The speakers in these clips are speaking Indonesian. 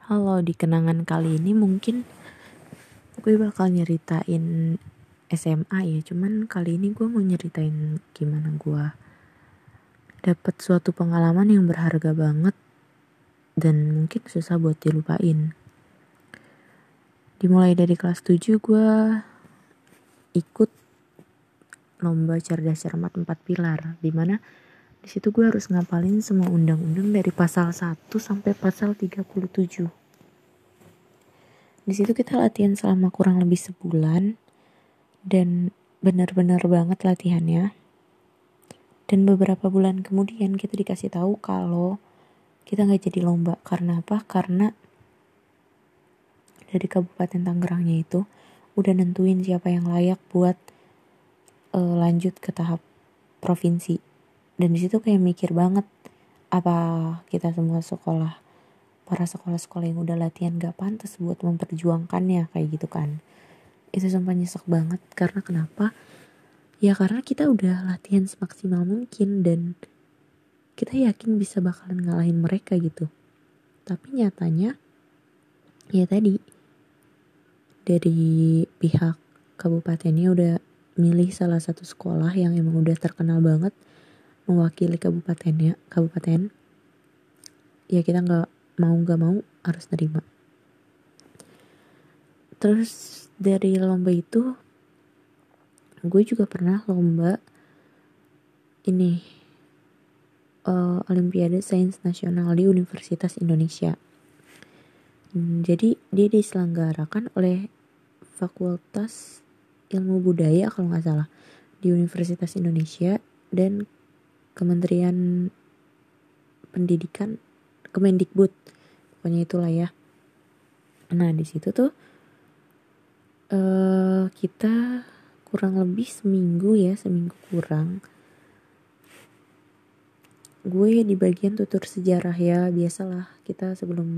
Halo, di kenangan kali ini mungkin gue bakal nyeritain SMA ya. Cuman kali ini gue mau nyeritain gimana gue dapet suatu pengalaman yang berharga banget dan mungkin susah buat dilupain. Dimulai dari kelas 7 gue ikut lomba cerdas cermat 4 pilar, dimana di situ gue harus ngapalin semua undang-undang dari pasal 1 sampai pasal 37. Di situ kita latihan selama kurang lebih sebulan dan benar-benar banget latihannya. Dan beberapa bulan kemudian kita dikasih tahu kalau kita nggak jadi lomba. Karena apa? Karena dari Kabupaten Tangerangnya itu udah nentuin siapa yang layak buat lanjut ke tahap provinsi. Dan di situ kayak mikir banget, apa kita semua para sekolah-sekolah yang udah latihan gak pantas buat memperjuangkannya kayak gitu kan. Itu sumpah nyesek banget. Karena kenapa? Ya karena kita udah latihan semaksimal mungkin dan kita yakin bisa bakalan ngalahin mereka gitu. Tapi nyatanya ya tadi dari pihak kabupatennya udah milih salah satu sekolah yang emang udah terkenal banget mewakili kabupaten. Ya kita nggak mau harus nerima. Terus dari lomba itu gue juga pernah lomba ini Olimpiade Sains Nasional di Universitas Indonesia. Jadi dia diselenggarakan oleh Fakultas Ilmu Budaya kalau nggak salah di Universitas Indonesia dan Kementerian Pendidikan, Kemendikbud, pokoknya itulah ya. Nah di situ tuh kita kurang lebih seminggu kurang. Gue di bagian tutur sejarah ya, biasalah kita sebelum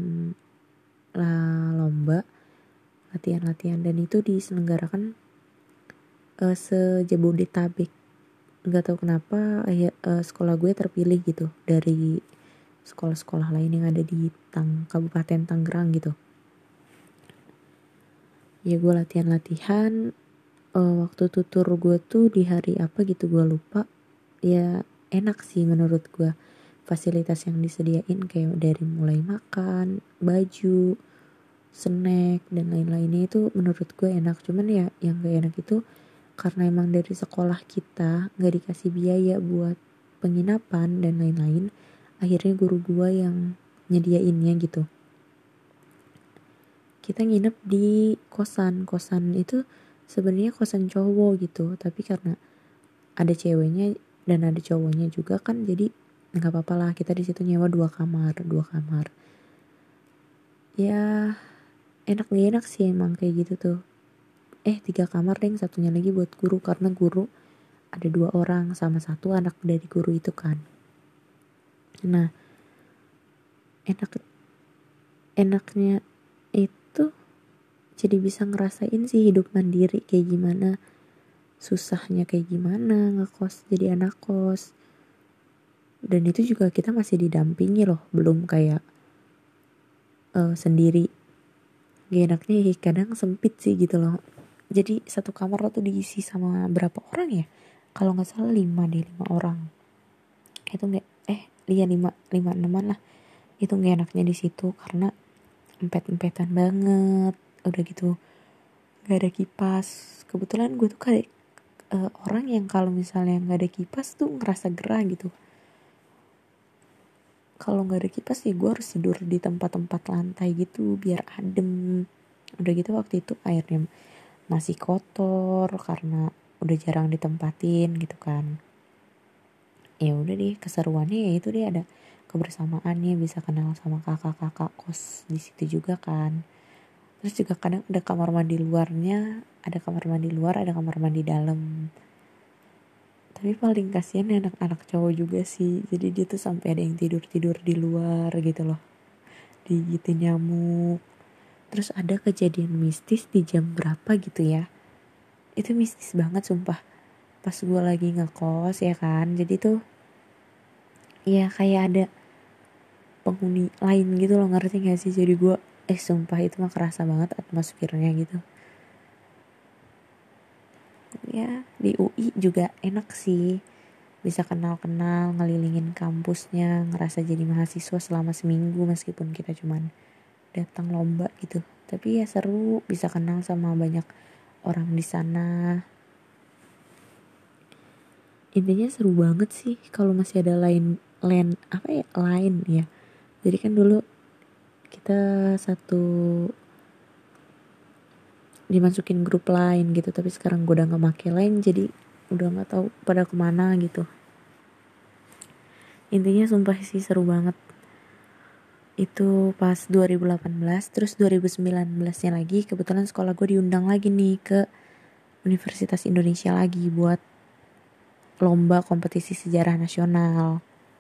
lomba latihan dan itu diselenggarakan se-Jabodetabek. Nggak tahu kenapa sekolah gue terpilih gitu dari sekolah-sekolah lain yang ada di Kabupaten Tangerang gitu. Ya gue latihan waktu tutur gue tuh di hari apa gitu gue lupa. Ya enak sih menurut gue fasilitas yang disediain, kayak dari mulai makan, baju, snack dan lain-lainnya itu menurut gue enak. Cuman ya yang gak enak itu karena emang dari sekolah kita gak dikasih biaya buat penginapan dan lain-lain, akhirnya guru gue yang nyediainnya gitu. Kita nginep di kosan itu sebenarnya kosan cowok gitu, tapi karena ada ceweknya dan ada cowoknya juga kan, jadi nggak apa-apa lah kita di situ nyewa dua kamar. Ya enak gak enak sih emang kayak gitu tuh. 3 kamar deh, satunya lagi buat guru karena guru ada 2 orang sama satu anak dari guru itu kan. Nah enaknya itu jadi bisa ngerasain sih hidup mandiri kayak gimana, susahnya kayak gimana ngekos jadi anak kos. Dan itu juga kita masih didampingi loh, belum kayak sendiri. Gak enaknya kadang sempit sih gitu loh. Jadi satu kamar lo tuh diisi sama berapa orang ya? Kalau nggak salah 5 orang. Itu nggak 5-6 lah. Itu nggak enaknya di situ karena empet-empetan banget. Udah gitu nggak ada kipas. Kebetulan gue tuh kayak orang yang kalau misalnya nggak ada kipas tuh ngerasa gerah gitu. Kalau nggak ada kipas sih gue harus tidur di tempat-tempat lantai gitu biar adem. Udah gitu waktu itu airnya masih kotor karena udah jarang ditempatin gitu kan. Ya udah deh, keseruannya ya itu deh, ada kebersamaannya, bisa kenal sama kakak-kakak kos di situ juga kan. Terus juga kadang ada kamar mandi luarnya, ada kamar mandi luar, ada kamar mandi dalam. Tapi paling kasihan anak-anak cowok juga sih. Jadi dia tuh sampai ada yang tidur-tidur di luar gitu loh, digigitin nyamuk. Terus ada kejadian mistis di jam berapa gitu ya. Itu mistis banget sumpah. Pas gue lagi ngekos ya kan, jadi tuh ya kayak ada penghuni lain gitu loh, ngerti gak sih? Jadi gue Sumpah itu mah kerasa banget atmosfernya gitu. Ya di UI juga enak sih, bisa kenal-kenal, ngelilingin kampusnya, ngerasa jadi mahasiswa selama seminggu meskipun kita cuman datang lomba gitu. Tapi ya seru, bisa kenal sama banyak orang di sana. Intinya seru banget sih kalau masih ada lain ya. Jadi kan dulu kita satu dimasukin grup lain gitu, tapi sekarang gue udah nggak make lain, jadi udah nggak tahu pada kemana gitu. Intinya sumpah sih seru banget. Itu pas 2018, terus 2019-nya lagi kebetulan sekolah gue diundang lagi nih ke Universitas Indonesia lagi buat lomba kompetisi sejarah nasional.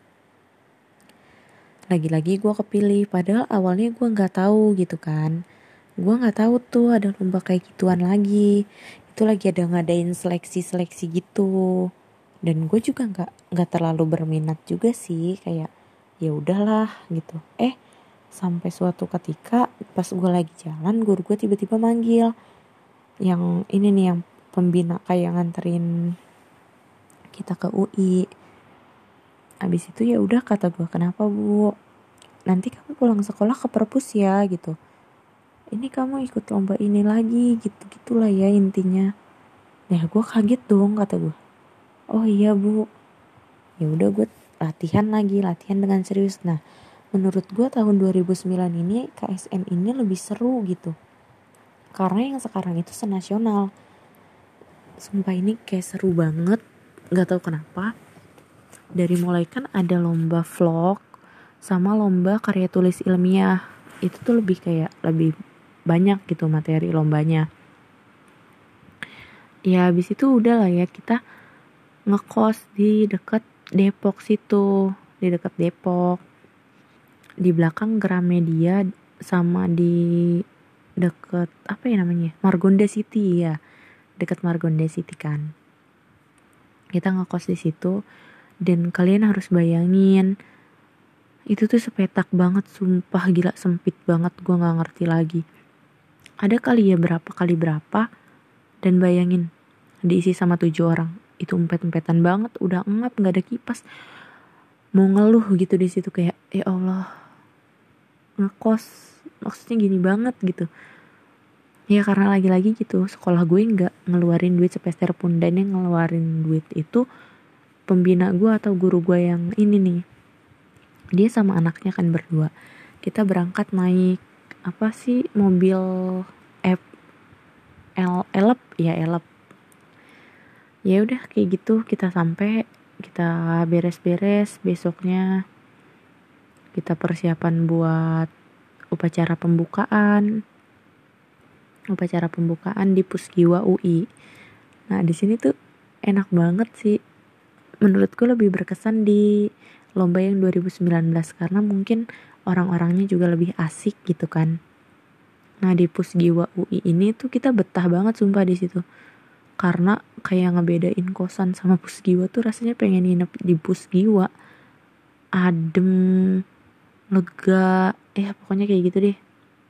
Lagi-lagi gue kepilih, padahal awalnya gue nggak tahu gitu kan. Gue nggak tahu tuh ada lomba kayak gituan lagi. Itu lagi ada ngadain seleksi gitu. Dan gue juga nggak terlalu berminat juga sih, kayak ya udahlah gitu. Sampai suatu ketika pas gue lagi jalan, guru gue tiba-tiba manggil yang ini nih, yang pembina kayak nganterin kita ke UI. Abis itu ya udah kata gue, kenapa bu, nanti kamu pulang sekolah ke perpus ya gitu, ini kamu ikut lomba ini lagi gitu gitulah ya intinya. Ya gue kaget dong, kata gue, oh iya bu. Ya udah gue latihan dengan serius. Nah menurut gue tahun 2009 ini KSN ini lebih seru gitu, karena yang sekarang itu senasional. Sumpah ini kayak seru banget, nggak tahu kenapa. Dari mulai kan ada lomba vlog sama lomba karya tulis ilmiah, itu tuh lebih banyak gitu materi lombanya. Ya habis itu udah lah ya, kita ngekos di dekat Depok situ, di dekat Depok, di belakang Gramedia sama di dekat apa ya namanya, Margonda City ya, dekat Margonda City kan. Kita ngekos di situ, dan kalian harus bayangin itu tuh sepetak banget, sumpah gila sempit banget, gue nggak ngerti lagi. Ada kali ya berapa kali berapa, dan bayangin diisi sama 7 orang, itu empet-empetan banget, udah ngap, nggak ada kipas, mau ngeluh gitu di situ kayak ya Allah, ngekos maksudnya gini banget gitu. Ya karena lagi-lagi gitu sekolah gue nggak ngeluarin duit sepeser pun, dan yang ngeluarin duit itu pembina gue atau guru gue yang ini nih, dia sama anaknya kan berdua. Kita berangkat naik apa sih, mobil elep ya, elep. Ya udah kayak gitu kita sampai, kita beres-beres, besoknya kita persiapan buat upacara pembukaan di Pusgiwa UI. Nah di sini tuh enak banget sih, menurutku lebih berkesan di lomba yang 2019 karena mungkin orang-orangnya juga lebih asik gitu kan. Nah di Pusgiwa UI ini tuh kita betah banget sumpah di situ, karena kayak ngebedain kosan sama Pusgiwa tuh rasanya pengen nginep di Pusgiwa. Adem, lega, pokoknya kayak gitu deh.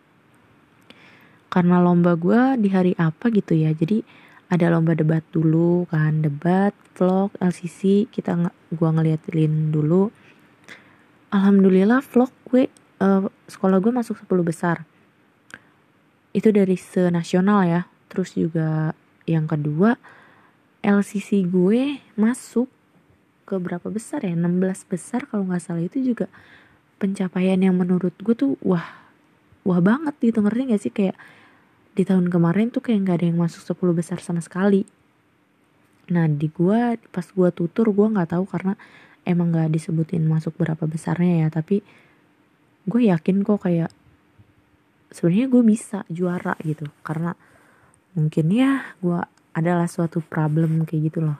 Karena lomba gue di hari apa gitu ya, jadi ada lomba debat dulu kan, debat, vlog, LCC, gue ngeliatin dulu. Alhamdulillah vlog gue, sekolah gue masuk 10 besar. Itu dari senasional ya. Terus juga yang kedua, LCC gue masuk ke berapa besar ya, 16 besar kalau gak salah. Itu juga pencapaian yang menurut gue tuh wah banget gitu, ngerti gak sih, kayak di tahun kemarin tuh kayak gak ada yang masuk 10 besar sama sekali. Nah di gue pas gue tutur, gue gak tahu karena emang gak disebutin masuk berapa besarnya ya, tapi gue yakin kok kayak sebenarnya gue bisa juara gitu, karena mungkin ya gue adalah suatu problem kayak gitu loh.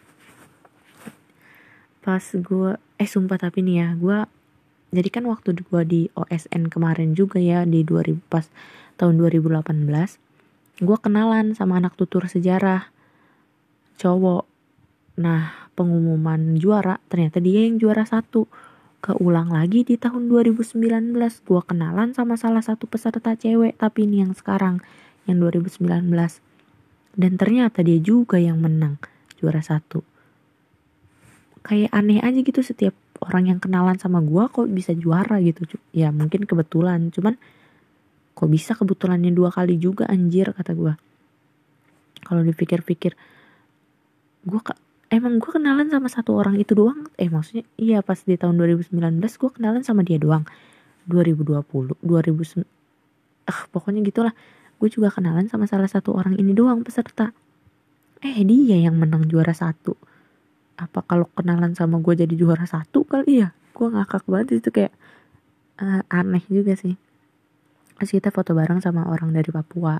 Pas gue sumpah tapi nih ya, gue jadi kan waktu gue di OSN kemarin juga ya, di 2000 pas tahun 2018, gue kenalan sama anak tutur sejarah cowok. Nah pengumuman juara ternyata dia yang juara 1. keulang lagi di tahun 2019. Gue kenalan sama salah satu peserta cewek, tapi ini yang sekarang, yang 2019. Dan ternyata dia juga yang menang, juara 1. Kayak aneh aja gitu, setiap orang yang kenalan sama gue kok bisa juara gitu. Ya mungkin kebetulan, cuman kok bisa kebetulannya 2 kali juga anjir, kata gue. Kalau dipikir-pikir, emang gue kenalan sama satu orang itu doang. Maksudnya iya, pas di tahun 2019 gue kenalan sama dia doang. 2020, pokoknya gitulah. Gue juga kenalan sama salah satu orang ini doang peserta. Dia yang menang juara 1. Apa kalau kenalan sama gue jadi juara 1 kali ya? Gue ngakak banget itu, kayak aneh juga sih. Terus kita foto bareng sama orang dari Papua.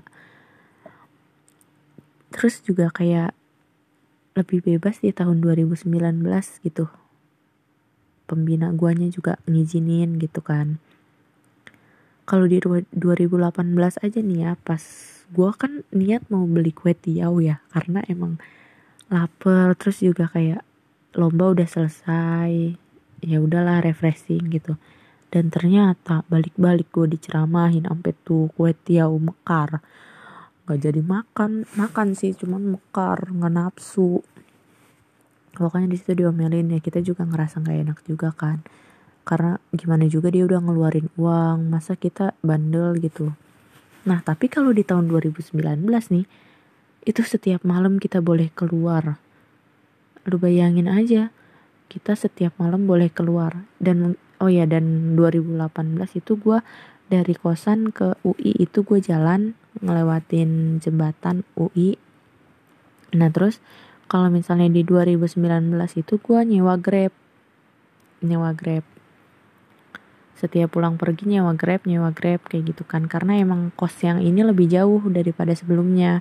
Terus juga kayak lebih bebas di tahun 2019 gitu. Pembina guanya juga ngizinin gitu kan. Kalau di 2018 aja nih ya, pas gue kan niat mau beli kue tiaw ya, karena emang lapar. Terus juga kayak lomba udah selesai, ya udahlah refreshing gitu. Dan ternyata balik-balik gue diceramahin sampai tuh kue tiaw mekar. Gak jadi makan sih, cuman mekar, nggak nafsu. Pokoknya di situ diomelin, ya kita juga ngerasa nggak enak juga kan, karena gimana juga dia udah ngeluarin uang, masa kita bandel gitu. Nah tapi kalau di tahun 2019 nih, itu setiap malam kita boleh keluar. Lu bayangin aja, kita setiap malam boleh keluar. Dan 2018 itu gue dari kosan ke UI itu gue jalan ngelewatin jembatan UI. Nah terus kalau misalnya di 2019 itu gue nyewa Grab. Setiap pulang pergi nyewa Grab kayak gitu kan, karena emang kos yang ini lebih jauh daripada sebelumnya.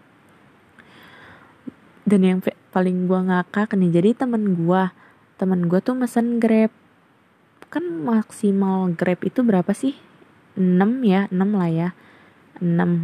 Dan yang paling gue ngakak nih, jadi temen gue tuh mesen Grab. Kan maksimal Grab itu berapa sih? 6 lah ya. 6.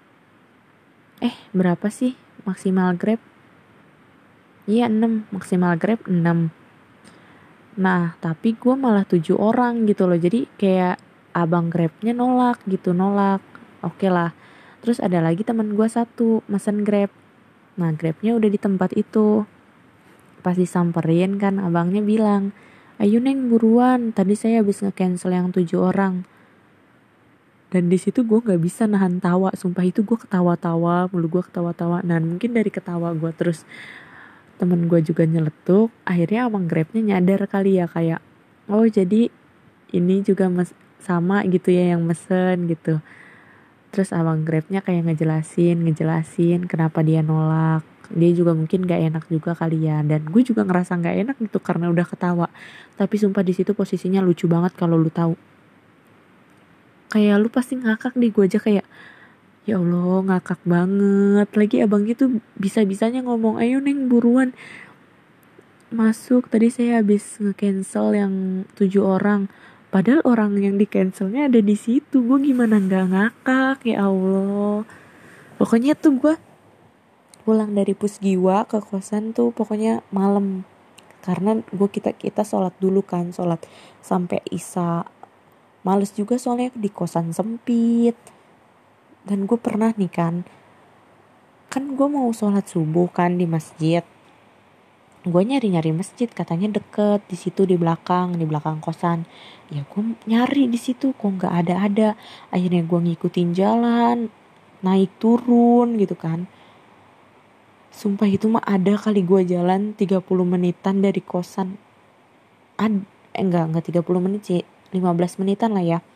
Berapa sih maksimal Grab? Iya 6, maksimal Grab 6. Nah tapi gue malah 7 orang gitu loh. Jadi kayak abang Grabnya nolak. Oke lah. Terus ada lagi teman gue satu mesen Grab. Nah Grabnya udah di tempat itu. Pas disamperin kan abangnya bilang, ayo Neng buruan, tadi saya habis nge-cancel yang 7 orang. Dan di situ gue nggak bisa nahan tawa, sumpah itu gue ketawa-tawa, Nah mungkin dari ketawa gue, terus temen gue juga nyeletuk, akhirnya abang Grabnya nyadar kali ya, kayak oh jadi ini juga sama gitu ya yang mesen gitu. Terus abang Grabnya kayak ngejelasin kenapa dia nolak. Dia juga mungkin gak enak juga kali ya. Dan gue juga ngerasa gak enak gitu karena udah ketawa. Tapi sumpah di situ posisinya lucu banget kalau lu tahu. Kayak lu pasti ngakak deh, gue aja kayak ya Allah ngakak banget. Lagi abangnya tuh bisa-bisanya ngomong, ayo Neng buruan masuk, tadi saya habis nge-cancel yang 7 orang. Padahal orang yang di cancelnya ada di situ. Gue gimana nggak ngakak, ya Allah. Pokoknya tuh gue pulang dari Pusgiwa ke kosan tuh pokoknya malam. Karena kita sholat dulu kan, sholat sampai isya. Males juga soalnya di kosan sempit. Dan gue pernah nih kan gue mau sholat subuh kan di masjid. Gue nyari masjid, katanya deket di situ di belakang kosan. Ya gue nyari di situ kok nggak ada. Akhirnya gue ngikutin jalan, naik turun gitu kan. Sumpah itu mah ada kali gue jalan 30 menitan dari kosan. Enggak 30 menit sih, 15 menitan lah ya.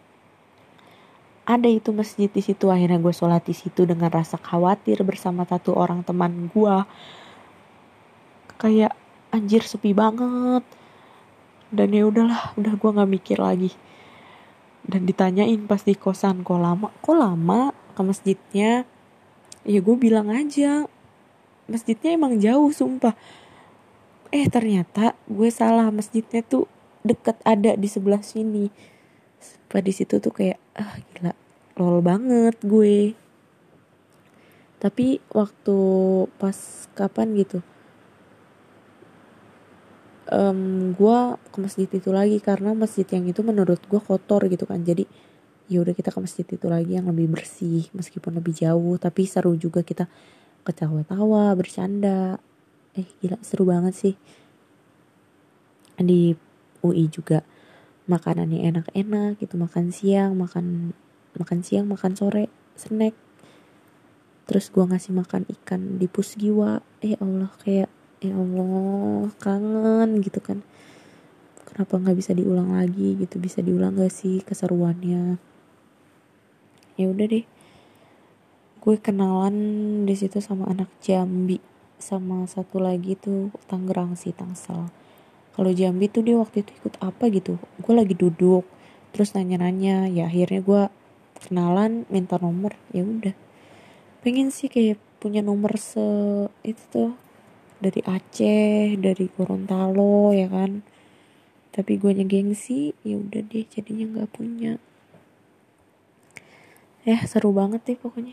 Ada itu masjid di situ. Akhirnya gue sholat di situ dengan rasa khawatir bersama satu orang teman gue. Kayak anjir sepi banget. Dan ya udahlah, udah gue nggak mikir lagi. Dan ditanyain pas di kosan, kok lama ke masjidnya? Ya gue bilang aja, masjidnya emang jauh sumpah. Ternyata gue salah, masjidnya tuh deket, ada di sebelah sini. Sumpah di situ tuh kayak gila, lol banget gue. Tapi waktu pas kapan gitu, gue ke masjid itu lagi karena masjid yang itu menurut gue kotor gitu kan. Jadi ya udah kita ke masjid itu lagi yang lebih bersih meskipun lebih jauh, tapi seru juga, kita ketawa-tawa bercanda. Gila seru banget sih. Di UI juga makanannya enak-enak gitu, makan siang makan sore snack. Terus gue ngasih makan ikan di Pusgiwa. Allah, kayak ya Allah kangen gitu kan. Kenapa nggak bisa diulang lagi gitu? Bisa diulang gak sih keseruannya? Ya udah deh, gue kenalan di situ sama anak Jambi, sama satu lagi tuh Tangerang sih, Tangsel. Kalau Jambi tuh dia waktu itu ikut apa gitu, gue lagi duduk terus nanya-nanya, ya akhirnya gue kenalan, minta nomor. Ya udah, pengen sih kayak punya nomor itu tuh, dari Aceh, dari Gorontalo ya kan, tapi gue gengsi, ya udah deh jadinya nggak punya. Seru banget deh pokoknya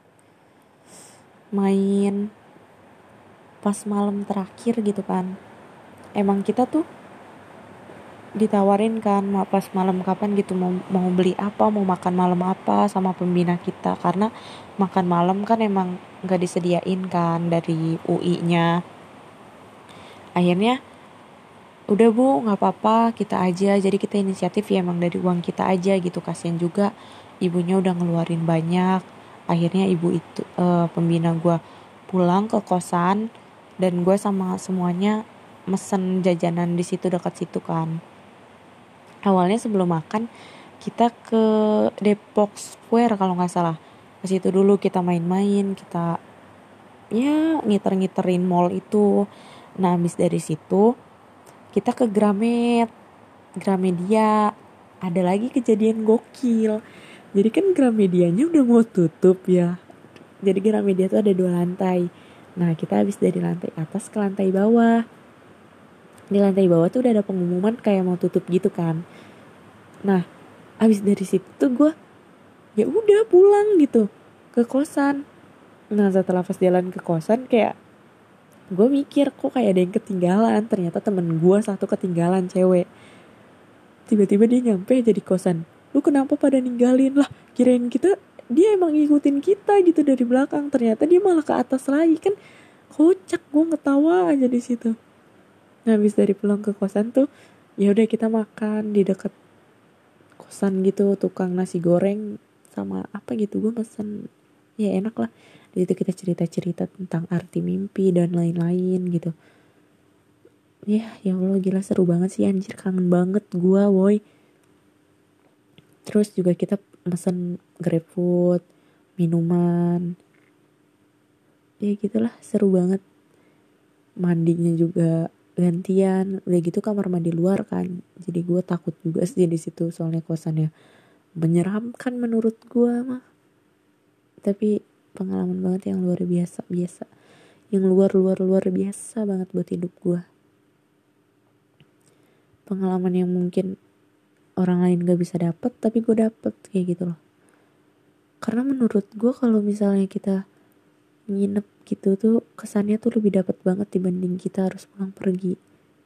main pas malam terakhir gitu kan. Emang kita tuh ditawarin kan pas malam kapan gitu, mau beli apa, mau makan malam apa sama pembina kita, karena makan malam kan emang nggak disediain kan dari UI-nya. Akhirnya udah bu, nggak apa-apa kita aja, jadi kita inisiatif ya, emang dari uang kita aja gitu, kasian juga ibunya udah ngeluarin banyak. Akhirnya ibu itu pembina gue pulang ke kosan, dan gue sama semuanya mesen jajanan di situ, dekat situ kan. Awalnya sebelum makan kita ke Depok Square kalau nggak salah, ke situ dulu kita main-main, kita ya ngiter-ngiterin mall itu. Nah habis dari situ kita ke Gramedia. Ada lagi kejadian gokil. Jadi kan Gramedianya udah mau tutup ya. Jadi Gramedia tuh ada 2 lantai. Nah kita habis dari lantai atas ke lantai bawah. Di lantai bawah tuh udah ada pengumuman kayak mau tutup gitu kan. Nah abis dari situ tuh gue ya udah pulang gitu ke kosan. Nah setelah pas jalan ke kosan kayak gue mikir kok kayak ada yang ketinggalan. Ternyata temen gue satu ketinggalan, cewek. Tiba-tiba dia nyampe jadi kosan. Lu kenapa pada ninggalin? Lah kirain kita, dia emang ngikutin kita gitu dari belakang. Ternyata dia malah ke atas lagi kan. Kocak, gue ngetawa aja di situ. Nah habis dari pulang ke kosan tuh ya udah kita makan di dekat kosan gitu, tukang nasi goreng sama apa gitu, gue pesen ya enak lah. Di situ kita cerita-cerita tentang arti mimpi dan lain-lain gitu. Ya Allah gila seru banget sih anjir, kangen banget gue woy. Terus juga kita pesen GrabFood, minuman, ya gitulah seru banget. Mandinya juga gantian, udah gitu kamar mandi luar kan, jadi gue takut juga sih di situ soalnya kosannya menyeramkan menurut gue mah. Tapi pengalaman banget yang luar biasa yang luar biasa banget buat hidup gue. Pengalaman yang mungkin orang lain gak bisa dapet tapi gue dapet, kayak gitu loh. Karena menurut gue kalau misalnya kita nginep gitu tuh kesannya tuh lebih dapat banget dibanding kita harus pulang pergi.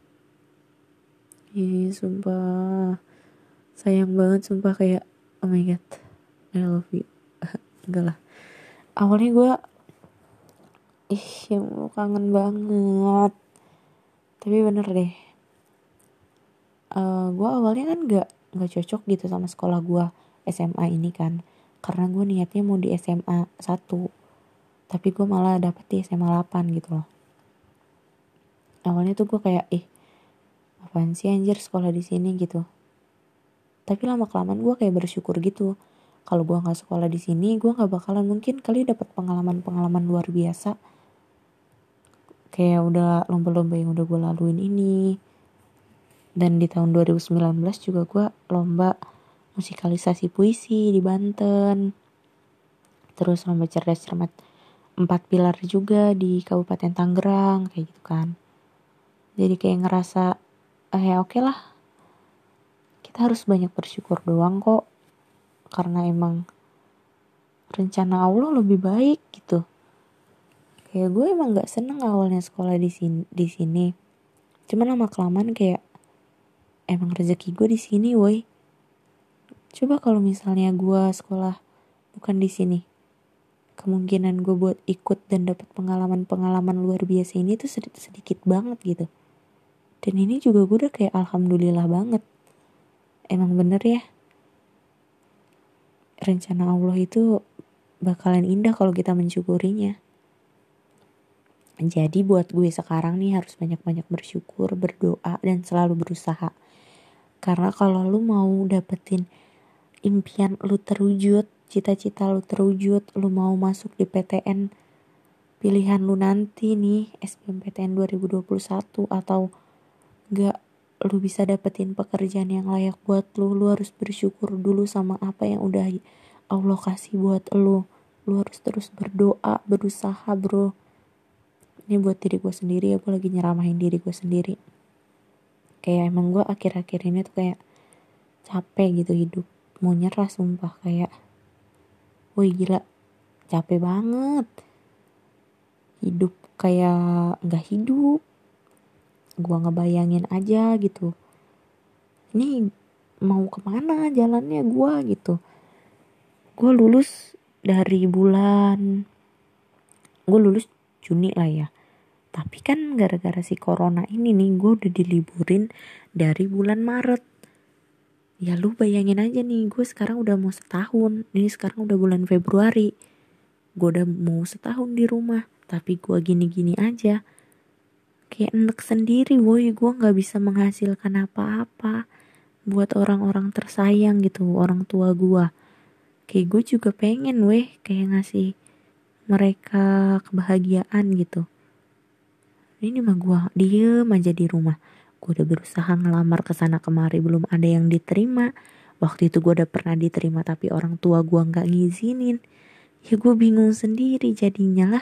Sumpah sayang banget, sumpah kayak oh my god I love you. Enggak lah, awalnya gue ya Allah kangen banget, tapi bener deh, gue awalnya kan nggak cocok gitu sama sekolah gue SMA ini kan, karena gue niatnya mau di SMA 1, tapi gue malah dapet di SMA 8 gitu loh. Awalnya tuh gue kayak apaan sih anjir sekolah di sini gitu. Tapi lama kelamaan gue kayak bersyukur gitu. Kalau gue nggak sekolah di sini, gue nggak bakalan mungkin kali dapet pengalaman luar biasa. Kayak udah lomba-lomba yang udah gue laluin ini. Dan di tahun 2019 juga gue lomba musikalisasi puisi di Banten. Terus lomba cerdas cermat 4 pilar juga di Kabupaten Tangerang kayak gitu kan. Jadi kayak ngerasa ya oke lah, kita harus banyak bersyukur doang kok, karena emang rencana Allah lebih baik gitu. Kayak gue emang nggak seneng awalnya sekolah di sini. Cuman lama kelamaan kayak emang rezeki gue di sini woi. Coba kalau misalnya gue sekolah bukan di sini, kemungkinan gue buat ikut dan dapat pengalaman-pengalaman luar biasa ini tuh sedikit banget gitu. Dan ini juga gue udah kayak alhamdulillah banget. Emang bener ya, rencana Allah itu bakalan indah kalau kita mensyukurinya. Jadi buat gue sekarang nih harus banyak-banyak bersyukur, berdoa, dan selalu berusaha. Karena kalau lu mau dapetin impian lu terwujud, cita-cita lu terwujud, lu mau masuk di PTN pilihan lu nanti nih, SBMPTN 2021, atau gak lu bisa dapetin pekerjaan yang layak buat lu harus bersyukur dulu sama apa yang udah Allah kasih buat lu. Lu harus terus berdoa, berusaha bro. Ini buat diri gue sendiri ya, gue lagi nyeramahin diri gue sendiri. Kayak emang gue akhir-akhir ini tuh kayak capek gitu hidup. Mau nyerah sumpah kayak, woi gila, capek banget. Hidup kayak gak hidup. Gue ngebayangin aja gitu. Ini mau kemana jalannya gue gitu. Gue lulus Juni lah ya. Tapi kan gara-gara si corona ini nih gue udah diliburin dari bulan Maret. Ya lu bayangin aja nih, gue sekarang udah mau setahun. Ini sekarang udah bulan Februari. Gue udah mau setahun di rumah. Tapi gue gini-gini aja. Kayak enek sendiri woi, gue gak bisa menghasilkan apa-apa buat orang-orang tersayang gitu, orang tua gue. Kayak gue juga pengen weh kayak ngasih mereka kebahagiaan gitu. Ini mah gue diem aja di rumah. Gue udah berusaha ngelamar kesana kemari belum ada yang diterima. Waktu itu gue udah pernah diterima tapi orang tua gue gak ngizinin. Ya gue bingung sendiri jadinya lah.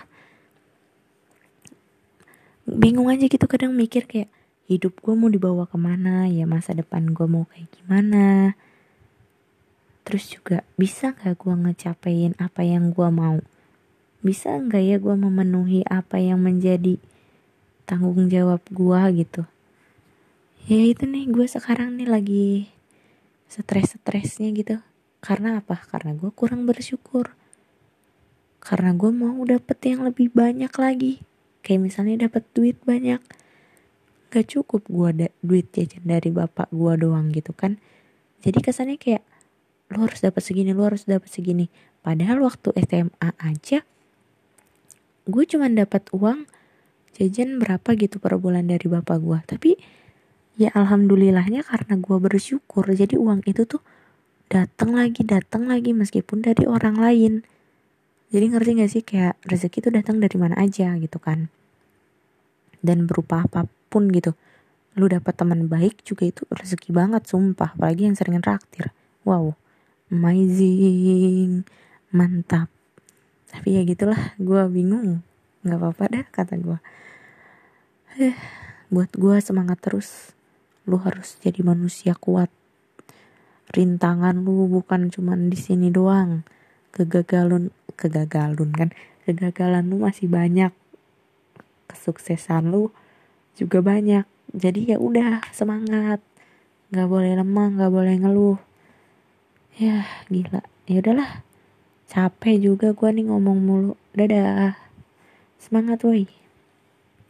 Bingung aja gitu kadang mikir kayak hidup gue mau dibawa kemana ya, masa depan gue mau kayak gimana. Terus juga bisa gak gue ngecapein apa yang gue mau. Bisa gak ya gue memenuhi apa yang menjadi tanggung jawab gue gitu. Ya itu nih gue sekarang nih lagi stres-stresnya gitu. Karena apa? Karena gue kurang bersyukur. Karena gue mau dapet yang lebih banyak lagi. Kayak misalnya dapet duit banyak. Gak cukup gue duit jajan dari bapak gue doang gitu kan. Jadi kesannya kayak lu harus dapet segini. Padahal waktu SMA aja gue cuma dapat uang jajan berapa gitu per bulan dari bapak gue. Tapi ya alhamdulillahnya karena gue bersyukur. Jadi uang itu tuh datang lagi meskipun dari orang lain. Jadi ngerti gak sih kayak rezeki itu datang dari mana aja gitu kan. Dan berupa apapun gitu. Lu dapat teman baik juga itu rezeki banget sumpah. Apalagi yang sering traktir. Wow, amazing, mantap. Tapi ya gitulah, gue bingung. Gak apa-apa dah kata gue. Buat gue semangat terus. Lu harus jadi manusia kuat. Rintangan lu bukan cuman di sini doang. Kegagalan kan. Kegagalan lu masih banyak. Kesuksesan lu juga banyak. Jadi ya udah semangat. Gak boleh lemah, gak boleh ngeluh. Ya gila. Ya udahlah. Capek juga gue nih ngomong mulu. Dadah. Semangat woi.